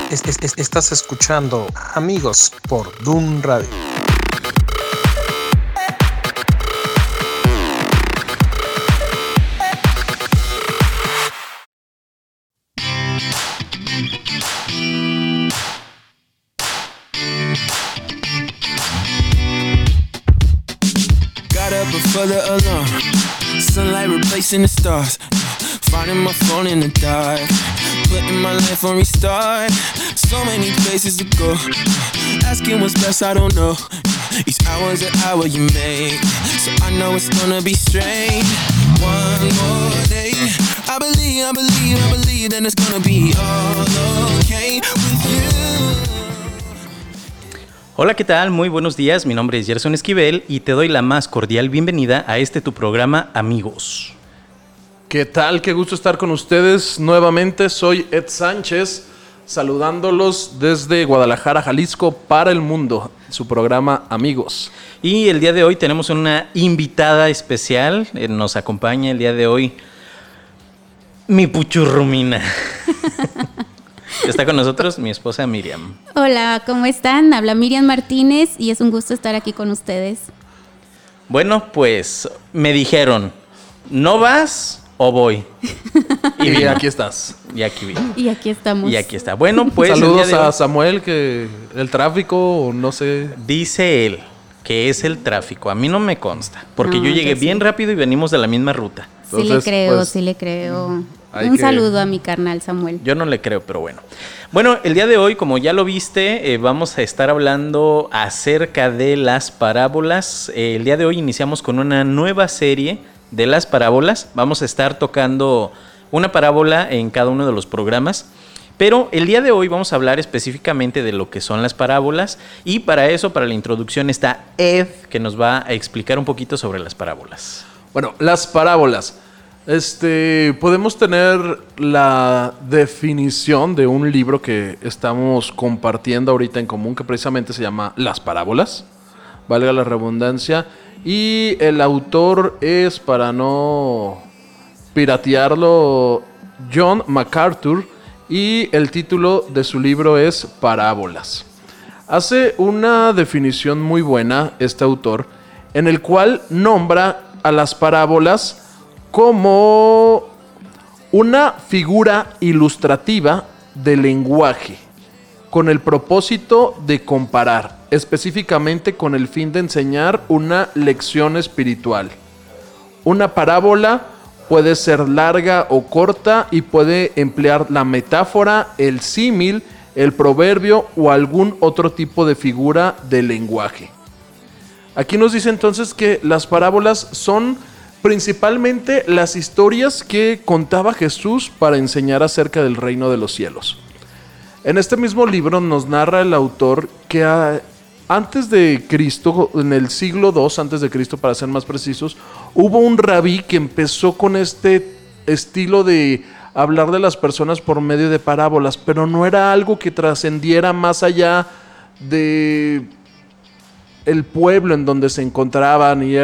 Estás escuchando Amigos por Doom Radio. Got up before the alarm, sunlight replacing the stars. Finding my phone in the dark, putting my life on restart. So many places to go, asking what's best, I don't know. Each hour's an hour you make, so I know it's gonna be strange. One more day, I believe that it's gonna be all okay with you. Hola, ¿qué tal? Muy buenos días, mi nombre es Gerson Esquivel y te doy la más cordial bienvenida a tu programa Amigos. ¿Qué tal? Qué gusto estar con ustedes nuevamente. Soy Ed Sánchez, saludándolos desde Guadalajara, Jalisco, para el mundo, su programa Amigos. Y el día de hoy tenemos una invitada especial. Nos acompaña el día de hoy mi puchurrumina. Está con nosotros mi esposa Miriam. Hola, ¿cómo están? Habla Miriam Martínez y es un gusto estar aquí con ustedes. Bueno, pues me dijeron, ¿no vas o voy? Y aquí estás. Y aquí vi. Y aquí estamos. Y aquí está. Bueno, pues saludos a Samuel, que el tráfico, o no sé. Dice él que es el tráfico. A mí no me consta, porque yo llegué bien rápido y venimos de la misma ruta. Entonces, sí le creo. Un saludo a mi carnal Samuel. Yo no le creo, pero bueno. Bueno, el día de hoy, como ya lo viste, vamos a estar hablando acerca de las parábolas. El día de hoy iniciamos con una nueva serie de las parábolas. Vamos a estar tocando una parábola en cada uno de los programas. Pero el día de hoy vamos a hablar específicamente de lo que son las parábolas. Y para eso, para la introducción, está Ed, que nos va a explicar un poquito sobre las parábolas. Bueno, las parábolas. Podemos tener la definición de un libro que estamos compartiendo ahorita en común, que precisamente se llama Las Parábolas, valga la redundancia, y el autor es, para no piratearlo, John MacArthur, y el título de su libro es Parábolas. Hace una definición muy buena este autor, en el cual nombra a las parábolas como una figura ilustrativa del lenguaje, con el propósito de comparar, específicamente con el fin de enseñar una lección espiritual. Una parábola puede ser larga o corta y puede emplear la metáfora, el símil, el proverbio o algún otro tipo de figura del lenguaje. Aquí nos dice entonces que las parábolas son principalmente las historias que contaba Jesús para enseñar acerca del reino de los cielos. En este mismo libro nos narra el autor que antes de Cristo, en el siglo II antes de Cristo, para ser más precisos, hubo un rabí que empezó con este estilo de hablar de las personas por medio de parábolas, pero no era algo que trascendiera más allá de el pueblo en donde se encontraban, y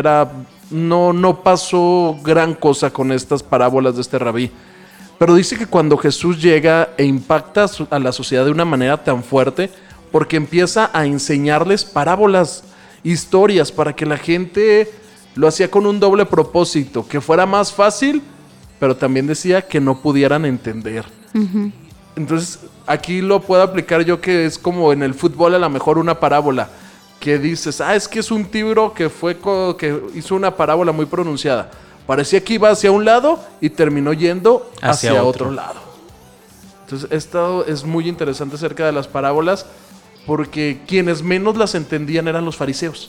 no pasó gran cosa con estas parábolas de este rabí. Pero dice que cuando Jesús llega e impacta a la sociedad de una manera tan fuerte, porque empieza a enseñarles parábolas, historias, para que la gente lo hacía con un doble propósito, que fuera más fácil, pero también decía que no pudieran entender. Uh-huh. Entonces aquí lo puedo aplicar yo, que es como en el fútbol, a lo mejor una parábola que dices, es que es un tibro que hizo una parábola muy pronunciada. Parecía que iba hacia un lado y terminó yendo hacia otro lado. Entonces esto es muy interesante acerca de las parábolas, porque quienes menos las entendían eran los fariseos.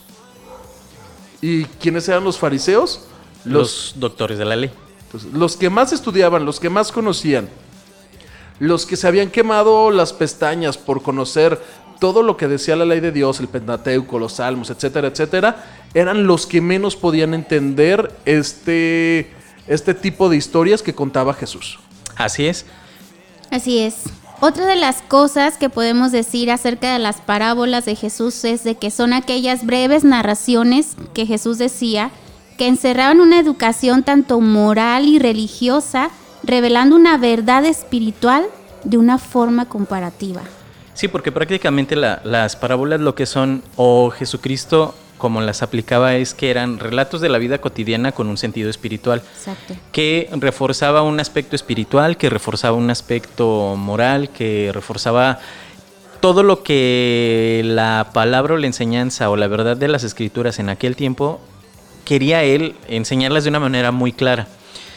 ¿Y quiénes eran los fariseos? Los doctores de la ley. Entonces, los que más estudiaban, los que más conocían, los que se habían quemado las pestañas por conocer todo lo que decía la ley de Dios, el Pentateuco, los Salmos, etcétera, etcétera, eran los que menos podían entender este tipo de historias que contaba Jesús. Así es. Así es. Otra de las cosas que podemos decir acerca de las parábolas de Jesús es de que son aquellas breves narraciones que Jesús decía que encerraban una educación tanto moral y religiosa, revelando una verdad espiritual de una forma comparativa. Sí, porque prácticamente las parábolas lo que son, o Jesucristo como las aplicaba, es que eran relatos de la vida cotidiana con un sentido espiritual. Exacto. Que reforzaba un aspecto espiritual, que reforzaba un aspecto moral, que reforzaba todo lo que la palabra o la enseñanza o la verdad de las escrituras en aquel tiempo quería él enseñarlas de una manera muy clara.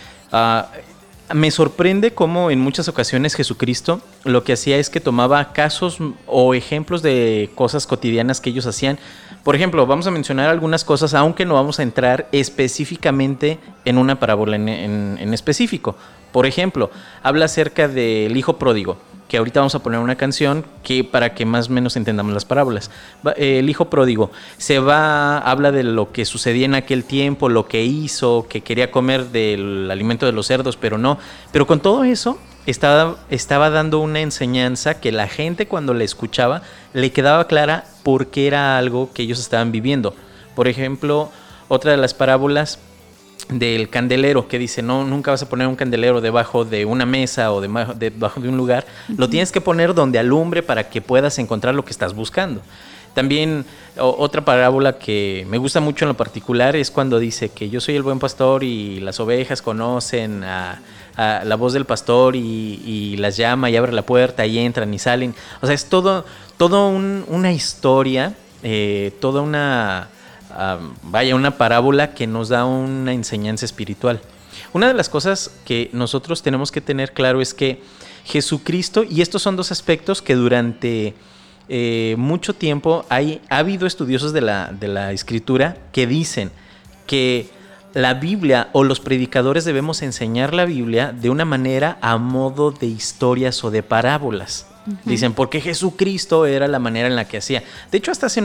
Me sorprende cómo en muchas ocasiones Jesucristo lo que hacía es que tomaba casos o ejemplos de cosas cotidianas que ellos hacían. Por ejemplo, vamos a mencionar algunas cosas, aunque no vamos a entrar específicamente en una parábola en específico. Por ejemplo, habla acerca del hijo pródigo, que ahorita vamos a poner una canción que para que más o menos entendamos las parábolas. El hijo pródigo habla de lo que sucedía en aquel tiempo, lo que hizo, que quería comer del alimento de los cerdos, pero no. Pero con todo eso estaba dando una enseñanza que la gente cuando la escuchaba le quedaba clara porque era algo que ellos estaban viviendo. Por ejemplo, otra de las parábolas del candelero, que dice, no, nunca vas a poner un candelero debajo de una mesa o debajo de un lugar. Lo tienes que poner donde alumbre para que puedas encontrar lo que estás buscando. También otra parábola que me gusta mucho en lo particular es cuando dice que yo soy el buen pastor y las ovejas conocen a la voz del pastor y las llama y abre la puerta y entran y salen. O sea, es todo una historia, toda una parábola que nos da una enseñanza espiritual. Una de las cosas que nosotros tenemos que tener claro es que Jesucristo, y estos son dos aspectos que durante mucho tiempo ha habido estudiosos de la escritura que dicen que la Biblia o los predicadores debemos enseñar la Biblia de una manera a modo de historias o de parábolas. Dicen, porque Jesucristo era la manera en la que hacía. De hecho, hasta hacen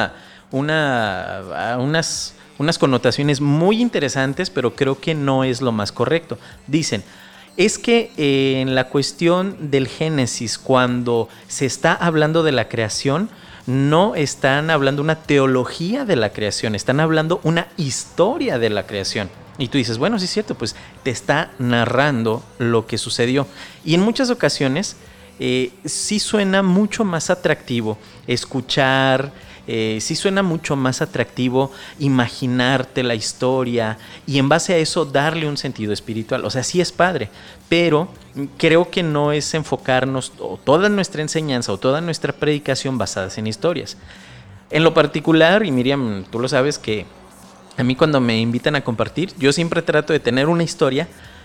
unas connotaciones muy interesantes, pero creo que no es lo más correcto. Dicen, es que en la cuestión del Génesis, cuando se está hablando de la creación, no están hablando una teología de la creación, están hablando una historia de la creación. Y tú dices, bueno, sí es cierto, pues te está narrando lo que sucedió. Y en muchas ocasiones sí suena mucho más atractivo escuchar, sí suena mucho más atractivo imaginarte la historia y en base a eso darle un sentido espiritual. O sea, sí es padre, pero creo que no es enfocarnos toda nuestra enseñanza o toda nuestra predicación basadas en historias. En lo particular, y Miriam, tú lo sabes, que a mí cuando me invitan a compartir, yo siempre trato de tener una historia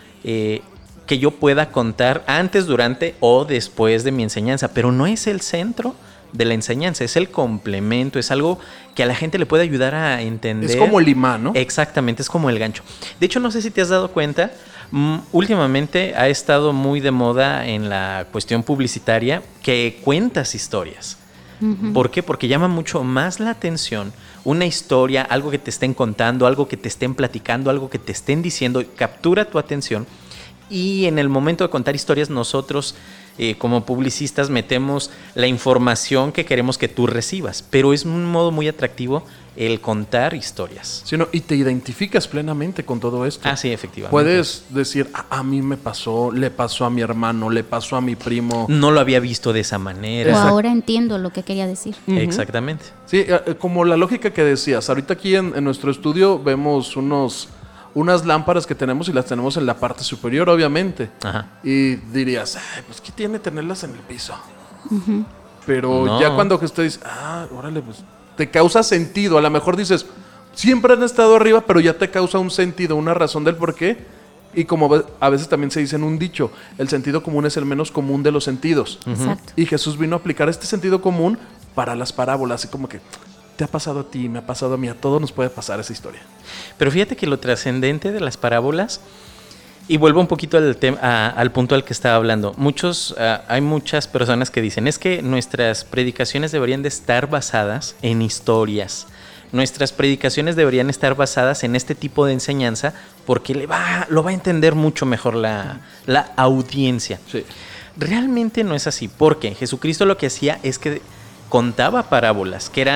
que yo pueda contar antes, durante o después de mi enseñanza, pero no es el centro de la enseñanza, es el complemento, es algo que a la gente le puede ayudar a entender. Es como el imán, ¿no? Exactamente, es como el gancho. De hecho, no sé si te has dado cuenta, últimamente ha estado muy de moda en la cuestión publicitaria que cuentas historias. Uh-huh. ¿Por qué? Porque llama mucho más la atención una historia, algo que te estén contando, algo que te estén platicando, algo que te estén diciendo, captura tu atención. Y en el momento de contar historias, nosotros como publicistas metemos la información que queremos que tú recibas, pero es un modo muy atractivo el contar historias. Sí, no, y te identificas plenamente con todo esto. Ah, sí, efectivamente. Puedes decir, a mí me pasó, le pasó a mi hermano, le pasó a mi primo. No lo había visto de esa manera. O ahora entiendo lo que quería decir. Uh-huh. Exactamente. Sí, como la lógica que decías, ahorita aquí en nuestro estudio vemos unas lámparas que tenemos y las tenemos en la parte superior, obviamente. Ajá. Y dirías, pues ¿qué tiene tenerlas en el piso? Uh-huh. Pero no. Ya cuando usted dice, órale, pues te causa sentido. A lo mejor dices, siempre han estado arriba, pero ya te causa un sentido, una razón del por qué. Y como a veces también se dice en un dicho, el sentido común es el menos común de los sentidos. Exacto. Y Jesús vino a aplicar este sentido común para las parábolas, así como que te ha pasado a ti, me ha pasado a mí, a todos nos puede pasar esa historia. Pero fíjate que lo trascendente de las parábolas, y vuelvo un poquito al punto al que estaba hablando, hay muchas personas que dicen, es que nuestras predicaciones deberían de estar basadas en historias, nuestras predicaciones deberían estar basadas en este tipo de enseñanza, porque lo va a entender mucho mejor la audiencia. Sí. Realmente no es así, porque Jesucristo lo que hacía es que contaba parábolas, que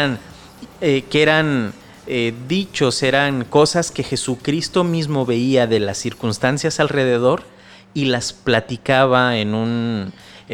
eran dichos, eran cosas que Jesucristo mismo veía de las circunstancias alrededor y las platicaba en un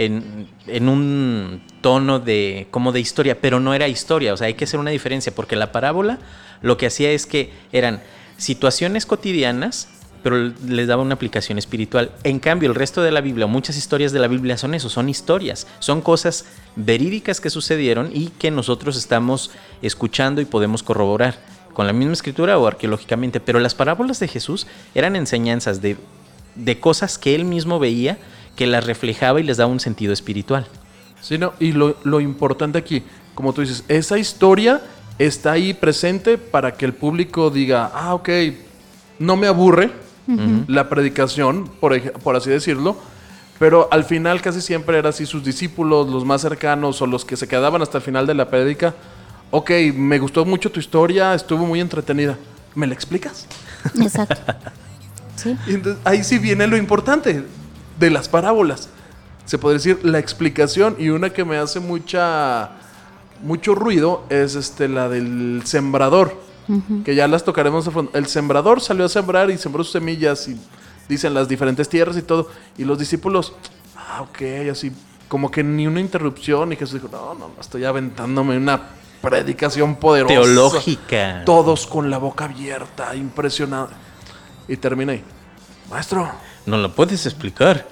tono de como de historia, pero no era historia. O sea, hay que hacer una diferencia, porque la parábola lo que hacía es que eran situaciones cotidianas, pero les daba una aplicación espiritual. En cambio, el resto de la Biblia, muchas historias de la Biblia son eso, son historias, son cosas verídicas que sucedieron y que nosotros estamos escuchando y podemos corroborar con la misma escritura o arqueológicamente. Pero las parábolas de Jesús eran enseñanzas de cosas que él mismo veía, que las reflejaba y les daba un sentido espiritual. Sí, no, y lo importante aquí, como tú dices, esa historia está ahí presente para que el público diga, ok, no me aburre la predicación, por así decirlo, pero al final casi siempre era así, sus discípulos, los más cercanos o los que se quedaban hasta el final de la prédica, ok, me gustó mucho tu historia, estuvo muy entretenida, ¿me la explicas? Exacto. Sí. Y entonces, ahí sí viene lo importante de las parábolas. Se puede decir la explicación, y una que me hace mucho ruido es la del sembrador, que ya las tocaremos a fondo. El sembrador salió a sembrar y sembró sus semillas y dicen las diferentes tierras y todo, y los discípulos, ok, así como que ni una interrupción, y Jesús dijo, no, estoy aventándome una predicación poderosa, teológica, todos con la boca abierta, impresionados, y termina ahí, maestro, ¿no lo puedes explicar?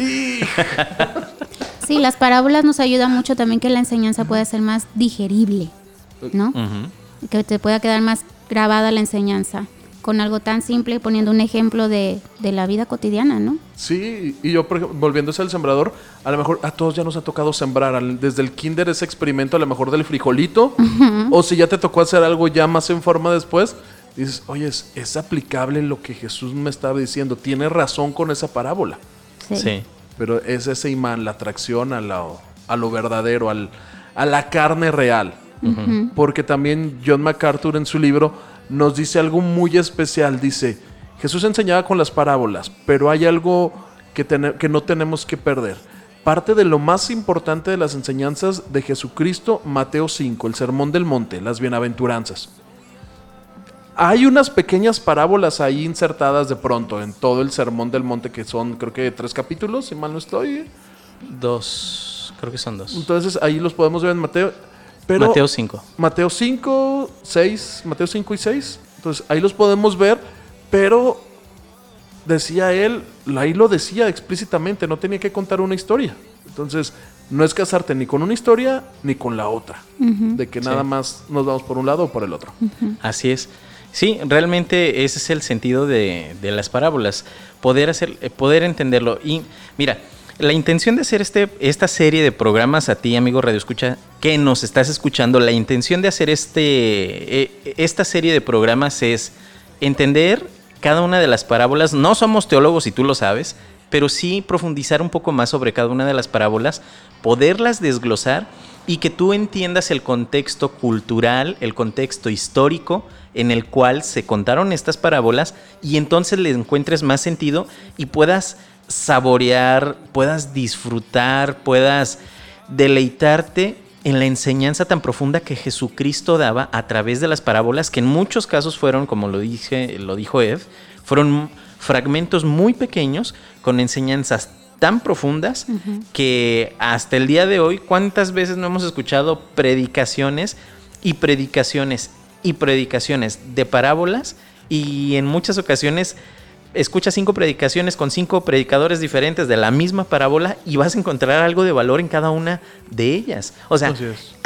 Sí, las parábolas nos ayudan mucho también que la enseñanza pueda ser más digerible, ¿no? Que te pueda quedar más grabada la enseñanza con algo tan simple, poniendo un ejemplo de la vida cotidiana, ¿no? Sí, y yo, por ejemplo, volviéndose al sembrador, a lo mejor a todos ya nos ha tocado sembrar, desde el kinder ese experimento a lo mejor del frijolito, o si ya te tocó hacer algo ya más en forma después, dices, oye, es aplicable lo que Jesús me estaba diciendo, tiene razón con esa parábola. Sí. Pero es ese imán, la atracción a lo verdadero, a la carne real. Porque también John MacArthur en su libro nos dice algo muy especial. Dice, Jesús enseñaba con las parábolas, pero hay algo que no tenemos que perder. Parte de lo más importante de las enseñanzas de Jesucristo, Mateo 5, el Sermón del Monte, las bienaventuranzas. Hay unas pequeñas parábolas ahí insertadas de pronto en todo el Sermón del Monte, que son creo que 3 capítulos, si mal no estoy. 2, creo que son 2. Entonces ahí los podemos ver en Mateo. Pero Mateo 5. Mateo 5, 6, Mateo 5 y 6. Entonces ahí los podemos ver, pero decía él, ahí lo decía explícitamente, no tenía que contar una historia. Entonces no es casarte ni con una historia ni con la otra, de que nada más nos vamos por un lado o por el otro. Así es. Sí, realmente ese es el sentido de las parábolas, poder entenderlo. Y mira, la intención de hacer esta serie de programas, a ti, amigo Radio Escucha, que nos estás escuchando, la intención de hacer esta serie de programas es entender cada una de las parábolas. No somos teólogos y tú lo sabes, pero sí profundizar un poco más sobre cada una de las parábolas, poderlas desglosar y que tú entiendas el contexto cultural, el contexto histórico en el cual se contaron estas parábolas, y entonces le encuentres más sentido y puedas saborear, puedas disfrutar, puedas deleitarte en la enseñanza tan profunda que Jesucristo daba a través de las parábolas, que en muchos casos fueron, como lo dijo Ed, fueron fragmentos muy pequeños con enseñanzas tan profundas que hasta el día de hoy, ¿cuántas veces no hemos escuchado predicaciones y predicaciones y predicaciones de parábolas? Y en muchas ocasiones escuchas 5 predicaciones con 5 predicadores diferentes de la misma parábola y vas a encontrar algo de valor en cada una de ellas. O sea,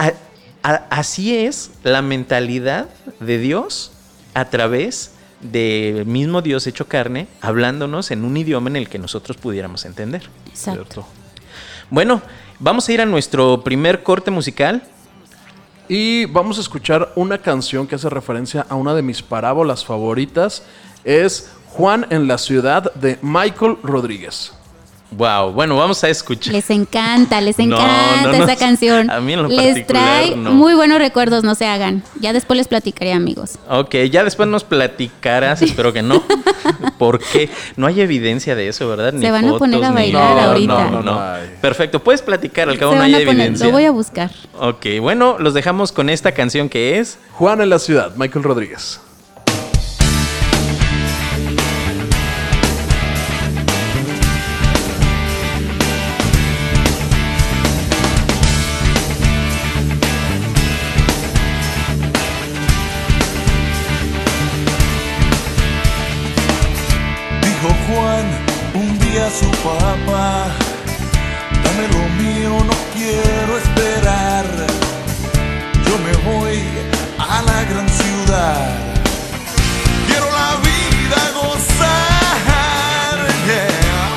así es la mentalidad de Dios a través del mismo Dios hecho carne, hablándonos en un idioma en el que nosotros pudiéramos entender. Exacto. Bueno, vamos a ir a nuestro primer corte musical. Y vamos a escuchar una canción que hace referencia a una de mis parábolas favoritas. Es Juan en la ciudad, de Michael Rodríguez. Wow, bueno, vamos a escuchar. Les encanta esa canción. A mí en lo les trae muy buenos recuerdos, no se hagan. Ya después les platicaré, amigos. Ok, ya después nos platicarás, espero que no. Porque no hay evidencia de eso, ¿verdad? Ni se van fotos, a poner a bailar ahorita. No. Perfecto, puedes platicar, al cabo no hay evidencia. Lo voy a buscar. Ok, bueno, los dejamos con esta canción que es Juan en la ciudad, Michael Rodríguez. su papá. Dame lo mío, no quiero esperar. Yo me voy a la gran ciudad. Quiero la vida gozar, yeah.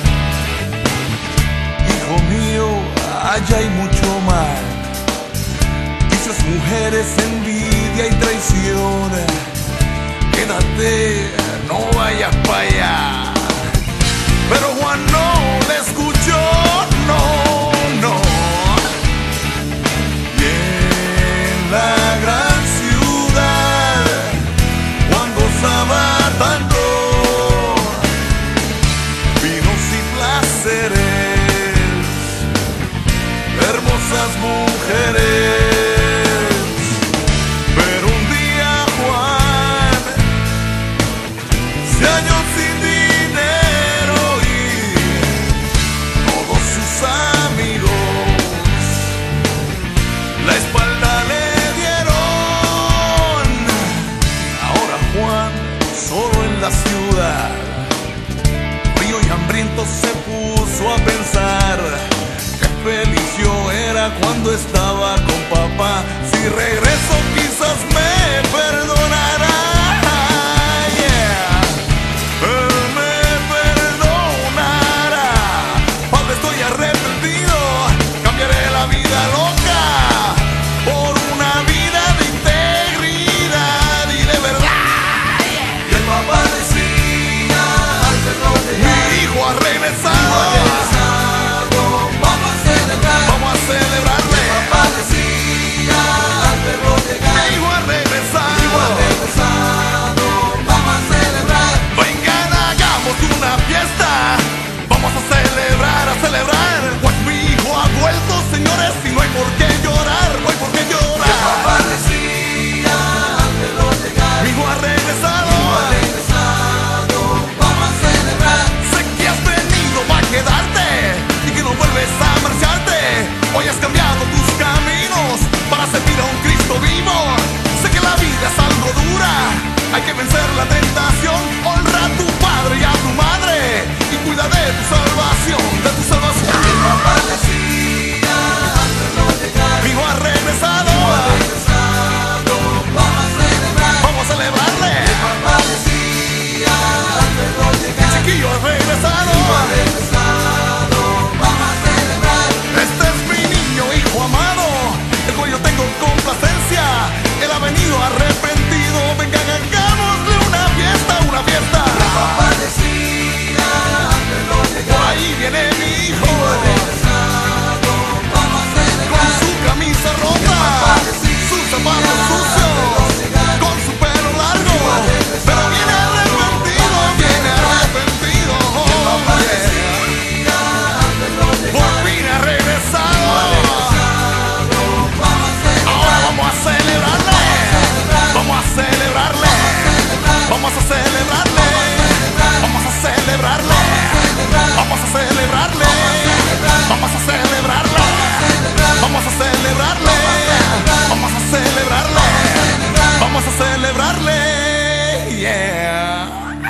Hijo mío, allá hay mucho más. Vicios, mujeres, envidia y traición. Quédate, no vayas para allá. Pero Juan no le escuchó, no, no. Y en la gran ciudad, Juan gozaba tanto, vinos y placeres, hermosas mujeres. Pero un día Juan se halló sin dinero y todos sus amigos la espalda le dieron. Ahora Juan solo en la ciudad, frío y hambriento, se puso a pensar qué feliz yo era cuando estaba con papá. Si regreso quizás me perdonará. Yeah. Él me perdonará. Padre, estoy arrepentido. Cambiaré la vida loca por una vida de integridad y de verdad. Y el papá decía al verlo llegar: mi hijo ha regresado. Vamos a celebrarle. El papá decía al verlo llegar: mi hijo ha regresado. Vamos a celebrar. Vengan, hagamos una fiesta. Vamos a celebrar, a celebrar. Pues mi hijo ha vuelto, señores, y no hay por qué llorar, no hay por qué llorar. El papá decía al verlo llegar: mi hijo ha regresado. Vamos a celebrar. Sé que has venido para quedarte y que no vuelves a marcharte. Hoy has cambiado tus caminos para servir a un Cristo vivo. Sé que la vida es algo dura, hay que vencer la tentación. Honra a tu padre y a tu madre y cuida de tu salvación, de tu salvación. El papá decía al verlo llegar: mi hijo ha regresado. Vamos a celebrar. Vamos a celebrarle. El papá decía al verlo llegar: el chiquillo ha regresado. Vamos a celebrar. Este es mi niño, hijo amado, el cual yo tengo complacencia. Él ha venido arrepentido. Vengan, hagámosle una fiesta, una fiesta. El papá decía al verlo llegar: por ahí viene mi hijo. Vamos a celebrar. Con su camisa rota, sus zapatos sucios, con su pelo largo, pero viene arrepentido, viene arrepentido. Por fin ha regresado. Ahora vamos a celebrarle. Vamos a celebrarle. Vamos a celebrarle. Vamos a celebrarle. Vamos a celebrarle. Vamos a celebrarle. Vamos a celebrarle. Vamos a celebrarle. Vamos a celebrarle. Yeah.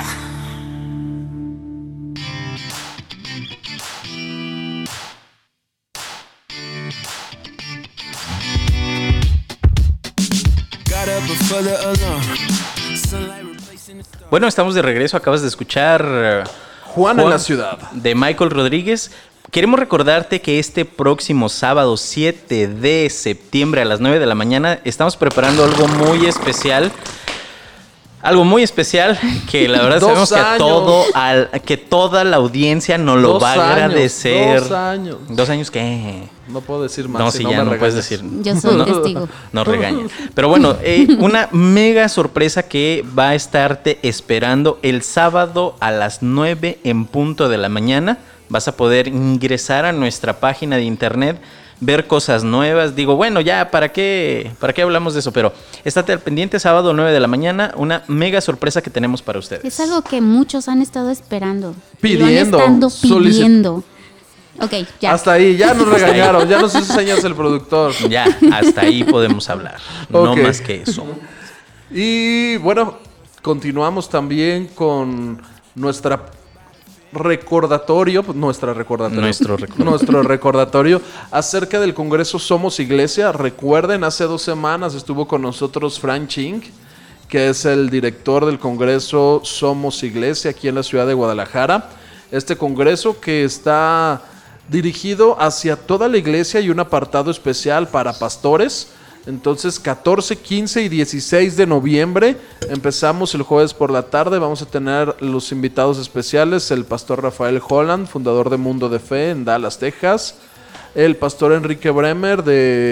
Got up before the alarm. Sunlight replacing the stars. Bueno, estamos de regreso. Acabas de escuchar Juan en la ciudad. de Michael Rodríguez. Queremos recordarte que este próximo sábado 7 de septiembre a las 9 de la mañana estamos preparando algo muy especial. Algo muy especial que la verdad 2 sabemos años. que toda la audiencia nos lo 2 va a años, agradecer. 2 años. ¿2 años qué? No puedo decir más. No, si sí, no ya me no puedes regañas. decir. Yo soy testigo. No regañan. Pero bueno, una mega sorpresa que va a estarte esperando el sábado a las 9 en punto de la mañana. Vas a poder ingresar a nuestra página de internet, ver cosas nuevas. Digo, bueno, ya, ¿para qué hablamos de eso? Pero estate al pendiente, sábado 9 de la mañana, una mega sorpresa que tenemos para ustedes. Es algo que muchos han estado esperando. Pidiendo, Lo han estado pidiendo. Ok, ya. Hasta ahí, ya nos regañaron, ya nos hizo señas el productor. Ya, hasta ahí podemos hablar. No Ok. más que eso. Y bueno, continuamos también con nuestra recordatorio nuestro recordatorio acerca del Congreso Somos Iglesia. Recuerden, hace 2 semanas estuvo con nosotros Frank Ching, que es el director del Congreso Somos Iglesia aquí en la ciudad de Guadalajara. Este congreso que está dirigido hacia toda la iglesia y un apartado especial para pastores. Entonces 14, 15 y 16 de noviembre empezamos el jueves por la tarde. Vamos a tener los invitados especiales: el pastor Rafael Holland, fundador de Mundo de Fe en Dallas, Texas; el pastor Enrique Bremer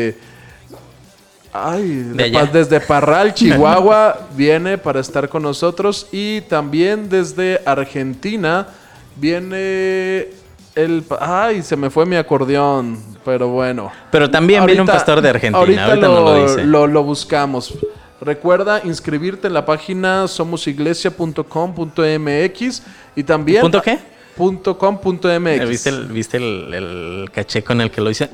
desde Parral, Chihuahua, viene para estar con nosotros. Y también desde Argentina viene se me fue mi acordeón, pero bueno. Pero también viene un pastor de Argentina. Ahorita no lo dice. Lo buscamos. Recuerda inscribirte en la página somosiglesia.com.mx y también... ¿Punto qué? .com.mx. ¿Viste el caché con el que lo dice?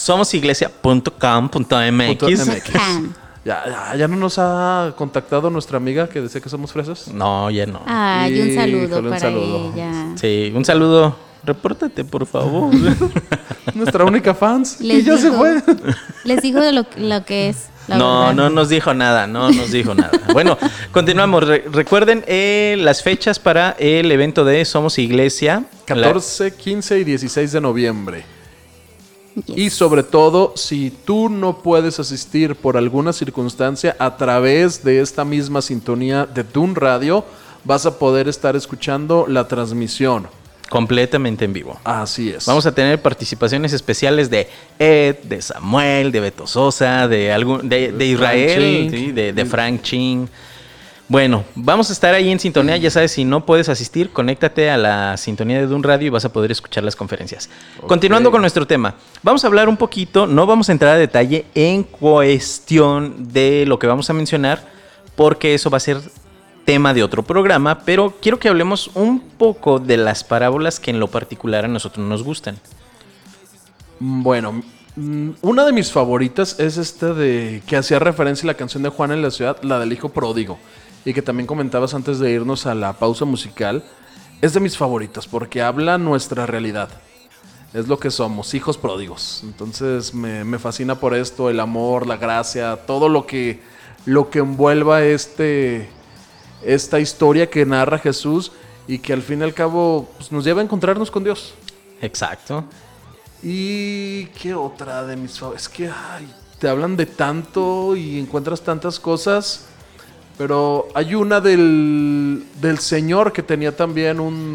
Somosiglesia.com.mx. ¿Ya no nos ha contactado nuestra amiga que decía que somos fresas? No, ya no. Ay, un saludo Híjole, para ella. Sí, un saludo. Repórtate, por favor. Nuestra única fans. Y ya se fue. Les dijo lo que es. No nos dijo nada, Bueno, continuamos. Recuerden las fechas para el evento de Somos Iglesia. 14, 15 y 16 de noviembre. Yes. Y sobre todo, si tú no puedes asistir por alguna circunstancia, a través de esta misma sintonía de Dun Radio, vas a poder estar escuchando la transmisión. Completamente en vivo. Así es. Vamos a tener participaciones especiales de Ed, de Samuel, de Beto Sosa, de Israel, ¿sí? de Frank Ching. Bueno, vamos a estar ahí en sintonía. Ya sabes, si no puedes asistir, conéctate a la sintonía de Dun Radio y vas a poder escuchar las conferencias. Okay. Continuando con nuestro tema, vamos a hablar un poquito, no vamos a entrar a detalle en cuestión de lo que vamos a mencionar, porque eso va a ser tema de otro programa, pero quiero que hablemos un poco de las parábolas que en lo particular a nosotros nos gustan. Bueno, una de mis favoritas es de que hacía referencia a la canción de Juan en la ciudad, la del hijo pródigo, y que también comentabas antes de irnos a la pausa musical. Es de mis favoritas porque habla nuestra realidad. Es lo que somos, hijos pródigos. Entonces me fascina por esto, el amor, la gracia, todo lo que envuelva esta historia que narra Jesús y que al fin y al cabo pues, nos lleva a encontrarnos con Dios. Exacto. ¿Y qué otra de mis favoritas? Es que te hablan de tanto y encuentras tantas cosas, pero hay una del señor que tenía también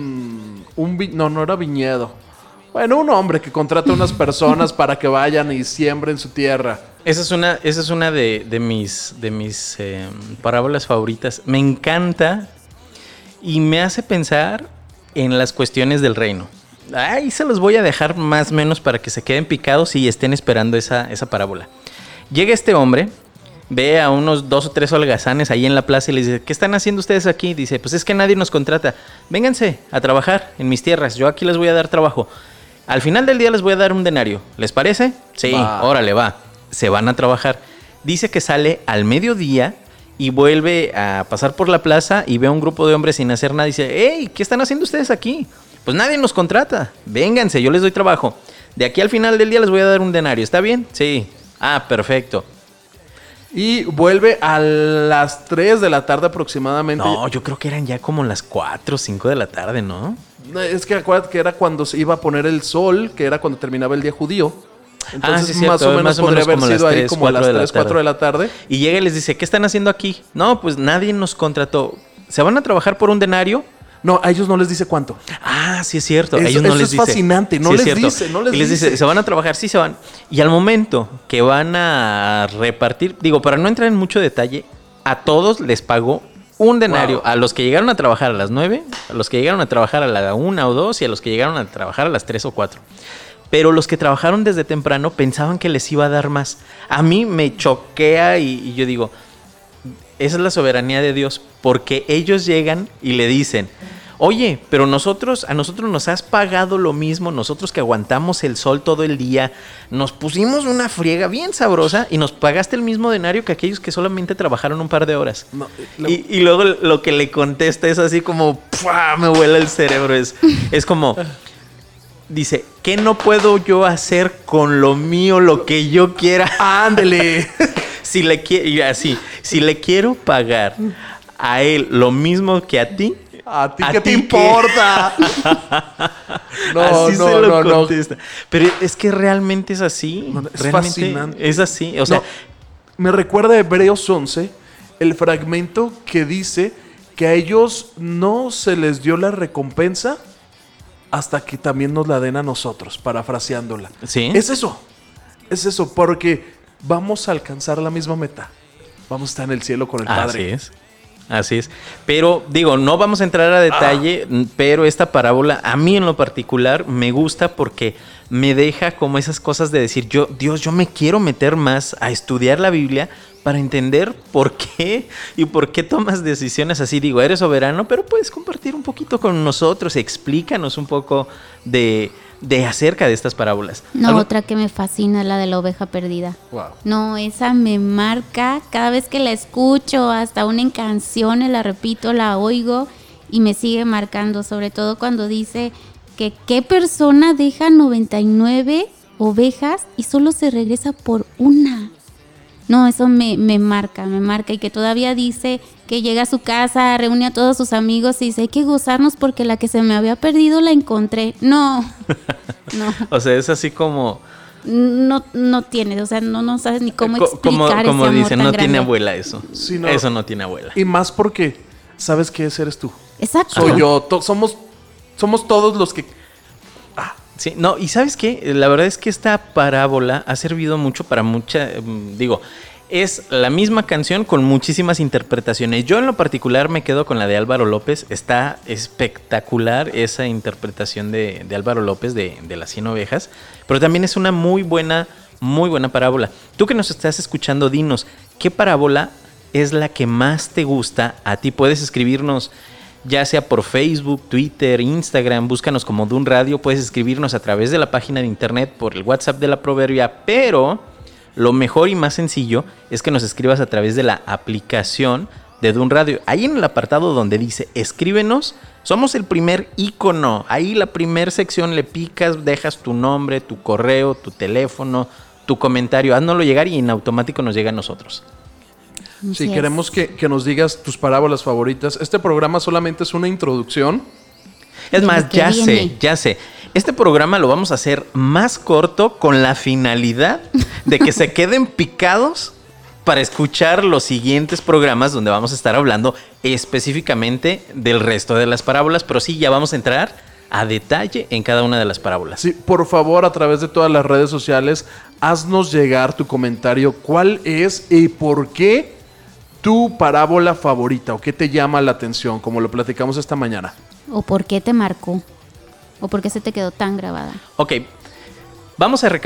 no era viñedo. Bueno, un hombre que contrata a unas personas para que vayan y siembren su tierra. Esa es una de mis parábolas favoritas. Me encanta y me hace pensar en las cuestiones del reino. Ahí se los voy a dejar más o menos para que se queden picados y estén esperando esa parábola. Llega este hombre, ve a unos 2 o 3 holgazanes ahí en la plaza y les dice: ¿qué están haciendo ustedes aquí? Dice: pues es que nadie nos contrata. Vénganse a trabajar en mis tierras, yo aquí les voy a dar trabajo. Al final del día les voy a dar un denario. ¿Les parece? Sí, órale, va. Se van a trabajar. Dice que sale al mediodía y vuelve a pasar por la plaza y ve a un grupo de hombres sin hacer nada y dice: ¡hey! ¿Qué están haciendo ustedes aquí? Pues nadie nos contrata. Vénganse, yo les doy trabajo. De aquí al final del día les voy a dar un denario. ¿Está bien? Sí. Ah, perfecto. Y vuelve a las 3 de la tarde aproximadamente. No, yo creo que eran ya como las 4 o 5 de la tarde, ¿no? Es que acuérdate que era cuando se iba a poner el sol, que era cuando terminaba el día judío. Entonces, sí, más o menos podría haber sido ahí como a las 3, 4 de la tarde. Y llega y les dice: ¿qué están haciendo aquí? No, pues nadie nos contrató. ¿Se van a trabajar por un denario? No, a ellos no les dice cuánto. Ah, sí es cierto. Eso, ellos no eso les es dice. Fascinante. No sí, les dice. Y les dice: ¿se van a trabajar? Sí, se van. Y al momento que van a repartir, digo, para no entrar en mucho detalle, a todos les pagó un denario. Wow. A los que llegaron a trabajar a las 9, a los que llegaron a trabajar a la 1 o 2 y a los que llegaron a trabajar a las 3 o 4. Pero los que trabajaron desde temprano pensaban que les iba a dar más. A mí me choquea y yo digo: esa es la soberanía de Dios, porque ellos llegan y le dicen: Oye, pero a nosotros nos has pagado lo mismo, nosotros que aguantamos el sol todo el día, nos pusimos una friega bien sabrosa y nos pagaste el mismo denario que aquellos que solamente trabajaron un par de horas. No, Y luego lo que le contesta es así como, ¡pua! Me vuela el cerebro. Es como, dice, ¿qué no puedo yo hacer con lo mío, lo que yo quiera? ¡Ándele! Si le quiero pagar a él lo mismo que a ti, ¿A ti qué te importa? Así se lo contesta. Pero es que realmente es así. No, es realmente fascinante. es así. O sea, me recuerda a Hebreos 11, el fragmento que dice que a ellos no se les dio la recompensa hasta que también nos la den a nosotros, parafraseándola. ¿Sí? Es eso, porque vamos a alcanzar la misma meta. Vamos a estar en el cielo con el Padre. Así es. Pero digo, no vamos a entrar a detalle, pero esta parábola a mí en lo particular me gusta porque me deja como esas cosas de decir, yo me quiero meter más a estudiar la Biblia para entender por qué y por qué tomas decisiones así. Digo, eres soberano, pero puedes compartir un poquito con nosotros, explícanos un poco de acerca de estas parábolas. No, ¿Algo? otra que me fascina, la de la oveja perdida. Wow. No, esa me marca cada vez que la escucho, hasta aún en canciones la repito, la oigo y me sigue marcando, sobre todo cuando dice que qué persona deja 99 ovejas y solo se regresa por una. No, eso me marca, y que todavía dice que llega a su casa, reúne a todos sus amigos y dice, hay que gozarnos porque la que se me había perdido la encontré. No. O sea, es así como... No tiene, o sea, no sabes ni cómo explicar como ese amor dicen, tan no grande. tiene abuela eso. Sí, no. Eso no tiene abuela. Y más porque sabes que ese eres tú. Exacto. Soy yo. Somos todos los que... Sí, no, y ¿sabes qué? La verdad es que esta parábola ha servido mucho para es la misma canción con muchísimas interpretaciones. Yo en lo particular me quedo con la de Álvaro López. Está espectacular esa interpretación de Álvaro López de las 100 ovejas. Pero también es una muy buena parábola. Tú que nos estás escuchando, dinos, ¿qué parábola es la que más te gusta a ti? Puedes escribirnos ya sea por Facebook, Twitter, Instagram, búscanos como Dun Radio, puedes escribirnos a través de la página de internet, por el WhatsApp de la Proverbia, pero lo mejor y más sencillo es que nos escribas a través de la aplicación de Dun Radio. Ahí en el apartado donde dice escríbenos, somos el primer icono, ahí la primer sección le picas, dejas tu nombre, tu correo, tu teléfono, tu comentario, haznoslo llegar y en automático nos llega a nosotros. Sí, queremos que nos digas tus parábolas favoritas. Este programa solamente es una introducción. Es más, Lo que ya sé. Este programa lo vamos a hacer más corto con la finalidad de que se queden picados para escuchar los siguientes programas donde vamos a estar hablando específicamente del resto de las parábolas. Pero sí, ya vamos a entrar a detalle en cada una de las parábolas. Sí, por favor, a través de todas las redes sociales, haznos llegar tu comentario. ¿Cuál es y por qué tu parábola favorita o qué te llama la atención, como lo platicamos esta mañana? ¿O por qué te marcó? ¿O por qué se te quedó tan grabada? Ok, vamos a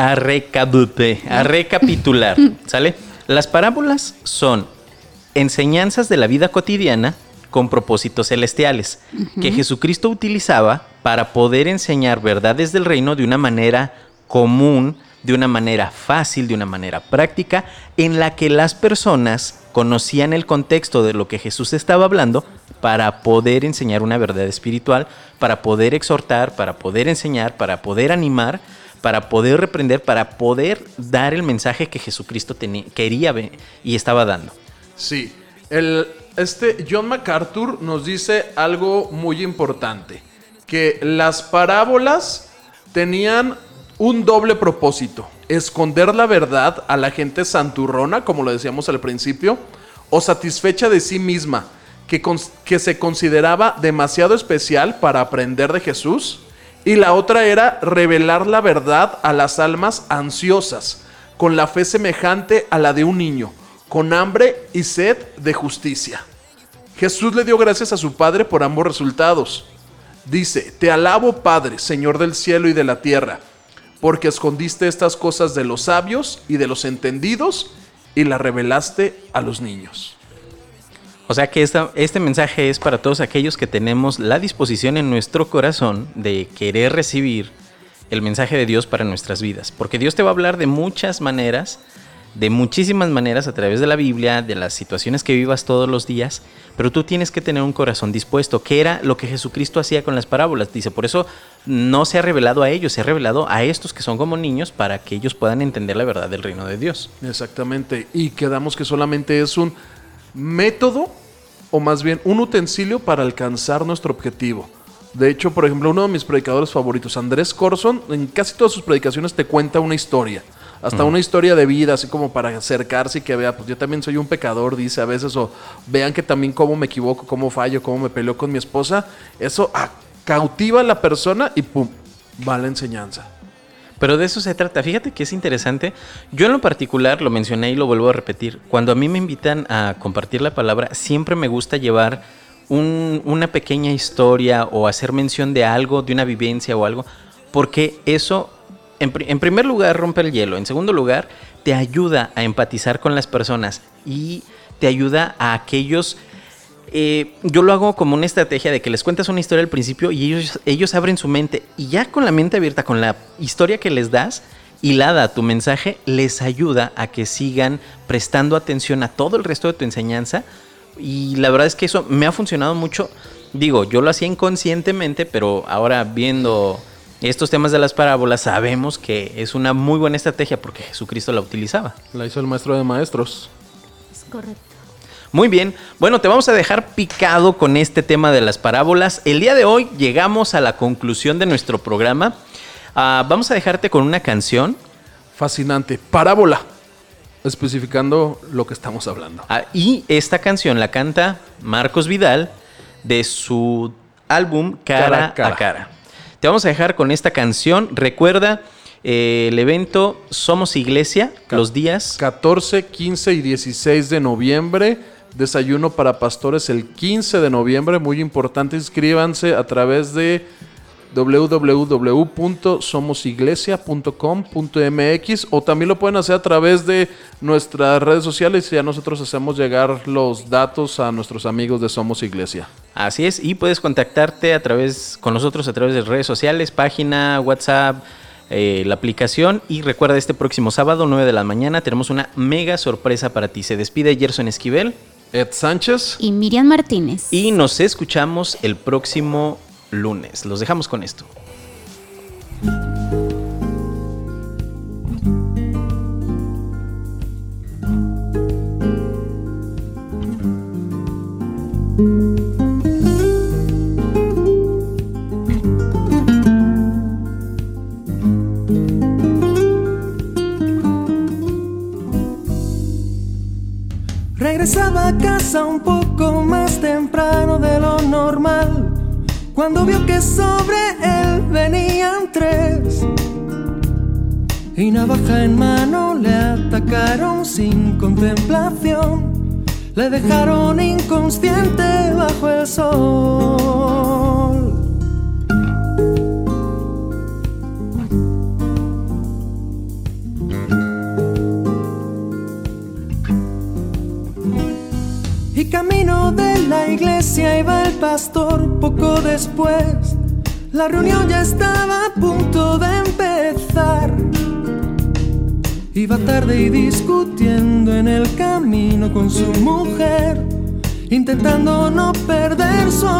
recapitular, ¿sale? Las parábolas son enseñanzas de la vida cotidiana con propósitos celestiales que Jesucristo utilizaba para poder enseñar verdades del reino de una manera común, de una manera fácil, de una manera práctica, en la que las personas conocían el contexto de lo que Jesús estaba hablando para poder enseñar una verdad espiritual, para poder exhortar, para poder enseñar, para poder animar, para poder reprender, para poder dar el mensaje que Jesucristo quería y estaba dando. Sí, John MacArthur nos dice algo muy importante, que las parábolas tenían un doble propósito: esconder la verdad a la gente santurrona, como lo decíamos al principio, o satisfecha de sí misma, que se consideraba demasiado especial para aprender de Jesús. Y la otra era revelar la verdad a las almas ansiosas, con la fe semejante a la de un niño, con hambre y sed de justicia. Jesús le dio gracias a su Padre por ambos resultados. Dice: te alabo, Padre, Señor del cielo y de la tierra, porque escondiste estas cosas de los sabios y de los entendidos y las revelaste a los niños. O sea que este mensaje es para todos aquellos que tenemos la disposición en nuestro corazón de querer recibir el mensaje de Dios para nuestras vidas. Porque Dios te va a hablar de muchas maneras, de muchísimas maneras a través de la Biblia, de las situaciones que vivas todos los días, pero tú tienes que tener un corazón dispuesto, que era lo que Jesucristo hacía con las parábolas. Dice, por eso no se ha revelado a ellos, se ha revelado a estos que son como niños para que ellos puedan entender la verdad del reino de Dios. Exactamente, y quedamos que solamente es un método, o más bien un utensilio para alcanzar nuestro objetivo. De hecho, por ejemplo, uno de mis predicadores favoritos, Andrés Corson, en casi todas sus predicaciones te cuenta una historia. Hasta una historia de vida, así como para acercarse y que vea, pues yo también soy un pecador, dice a veces, o vean que también cómo me equivoco, cómo fallo, cómo me peleo con mi esposa. Eso cautiva a la persona y pum, va la enseñanza. Pero de eso se trata. Fíjate que es interesante. Yo en lo particular, lo mencioné y lo vuelvo a repetir, cuando a mí me invitan a compartir la palabra, siempre me gusta llevar una pequeña historia o hacer mención de algo, de una vivencia o algo, porque eso, en primer lugar, rompe el hielo. En segundo lugar, te ayuda a empatizar con las personas y te ayuda a aquellos... yo lo hago como una estrategia de que les cuentas una historia al principio y ellos abren su mente, y ya con la mente abierta, con la historia que les das hilada a tu mensaje, les ayuda a que sigan prestando atención a todo el resto de tu enseñanza. Y la verdad es que eso me ha funcionado mucho. Digo, yo lo hacía inconscientemente, pero ahora viendo estos temas de las parábolas sabemos que es una muy buena estrategia porque Jesucristo la utilizaba. La hizo el maestro de maestros. Es correcto. Muy bien, bueno, te vamos a dejar picado con este tema de las parábolas. El día de hoy llegamos a la conclusión de nuestro programa. Vamos a dejarte con una canción. Fascinante, parábola, especificando lo que estamos hablando. Y esta canción la canta Marcos Vidal de su álbum Cara a Cara. Te vamos a dejar con esta canción. Recuerda el evento Somos Iglesia, los días 14, 15 y 16 de noviembre. Desayuno para pastores el 15 de noviembre. Muy importante, inscríbanse a través de www.somosiglesia.com.mx o también lo pueden hacer a través de nuestras redes sociales y ya nosotros hacemos llegar los datos a nuestros amigos de Somos Iglesia. Así es, y puedes contactarte con nosotros a través de redes sociales, página, WhatsApp, la aplicación. Y recuerda, este próximo sábado 9 de la mañana tenemos una mega sorpresa para ti. Se despide Gerson Esquivel, Ed Sánchez y Miriam Martínez. Y nos escuchamos el próximo lunes. Los dejamos con esto. Regresaba a casa un poco más temprano de lo normal, cuando vio que sobre él venían tres y navaja en mano le atacaron sin contemplación, le dejaron inconsciente bajo el sol. Y camino de la iglesia iba el pastor. Poco después la reunión ya estaba a punto de empezar. Iba tarde y discutiendo en el camino con su mujer, intentando no perder su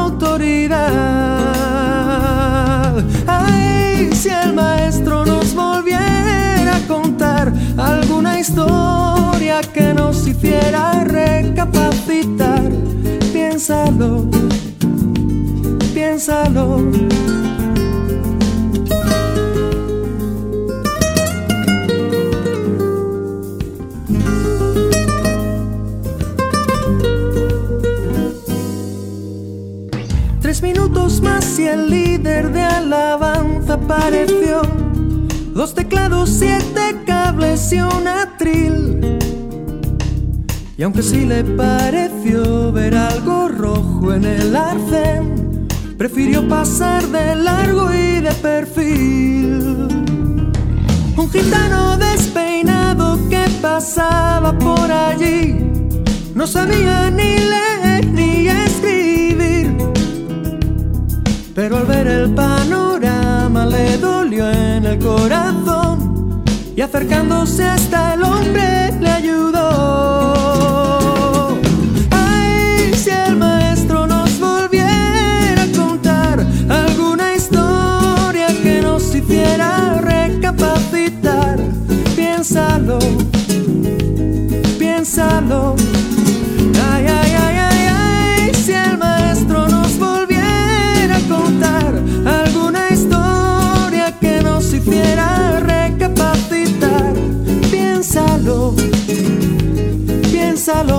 autoridad. Ay, si el maestro nos volviera a contar alguna historia que nos hiciera recapacitar. Piénsalo, piénsalo. Tres minutos más y el líder de alabanza apareció. 2 teclados, 7 cables y un atril. Y aunque sí le pareció ver algo rojo en el arcén, prefirió pasar de largo y de perfil. Un gitano despeinado que pasaba por allí no sabía ni leer pero al ver el panorama le dolió en el corazón y acercándose hasta el hombre le ayudó. Ay, si el maestro nos volviera a contar alguna historia que nos hiciera recapacitar, piénsalo, piénsalo. Ay, ay, ay, ay, ay, si el maestro nos volviera a contar alguna historia que nos hiciera recapacitar, piénsalo, piénsalo.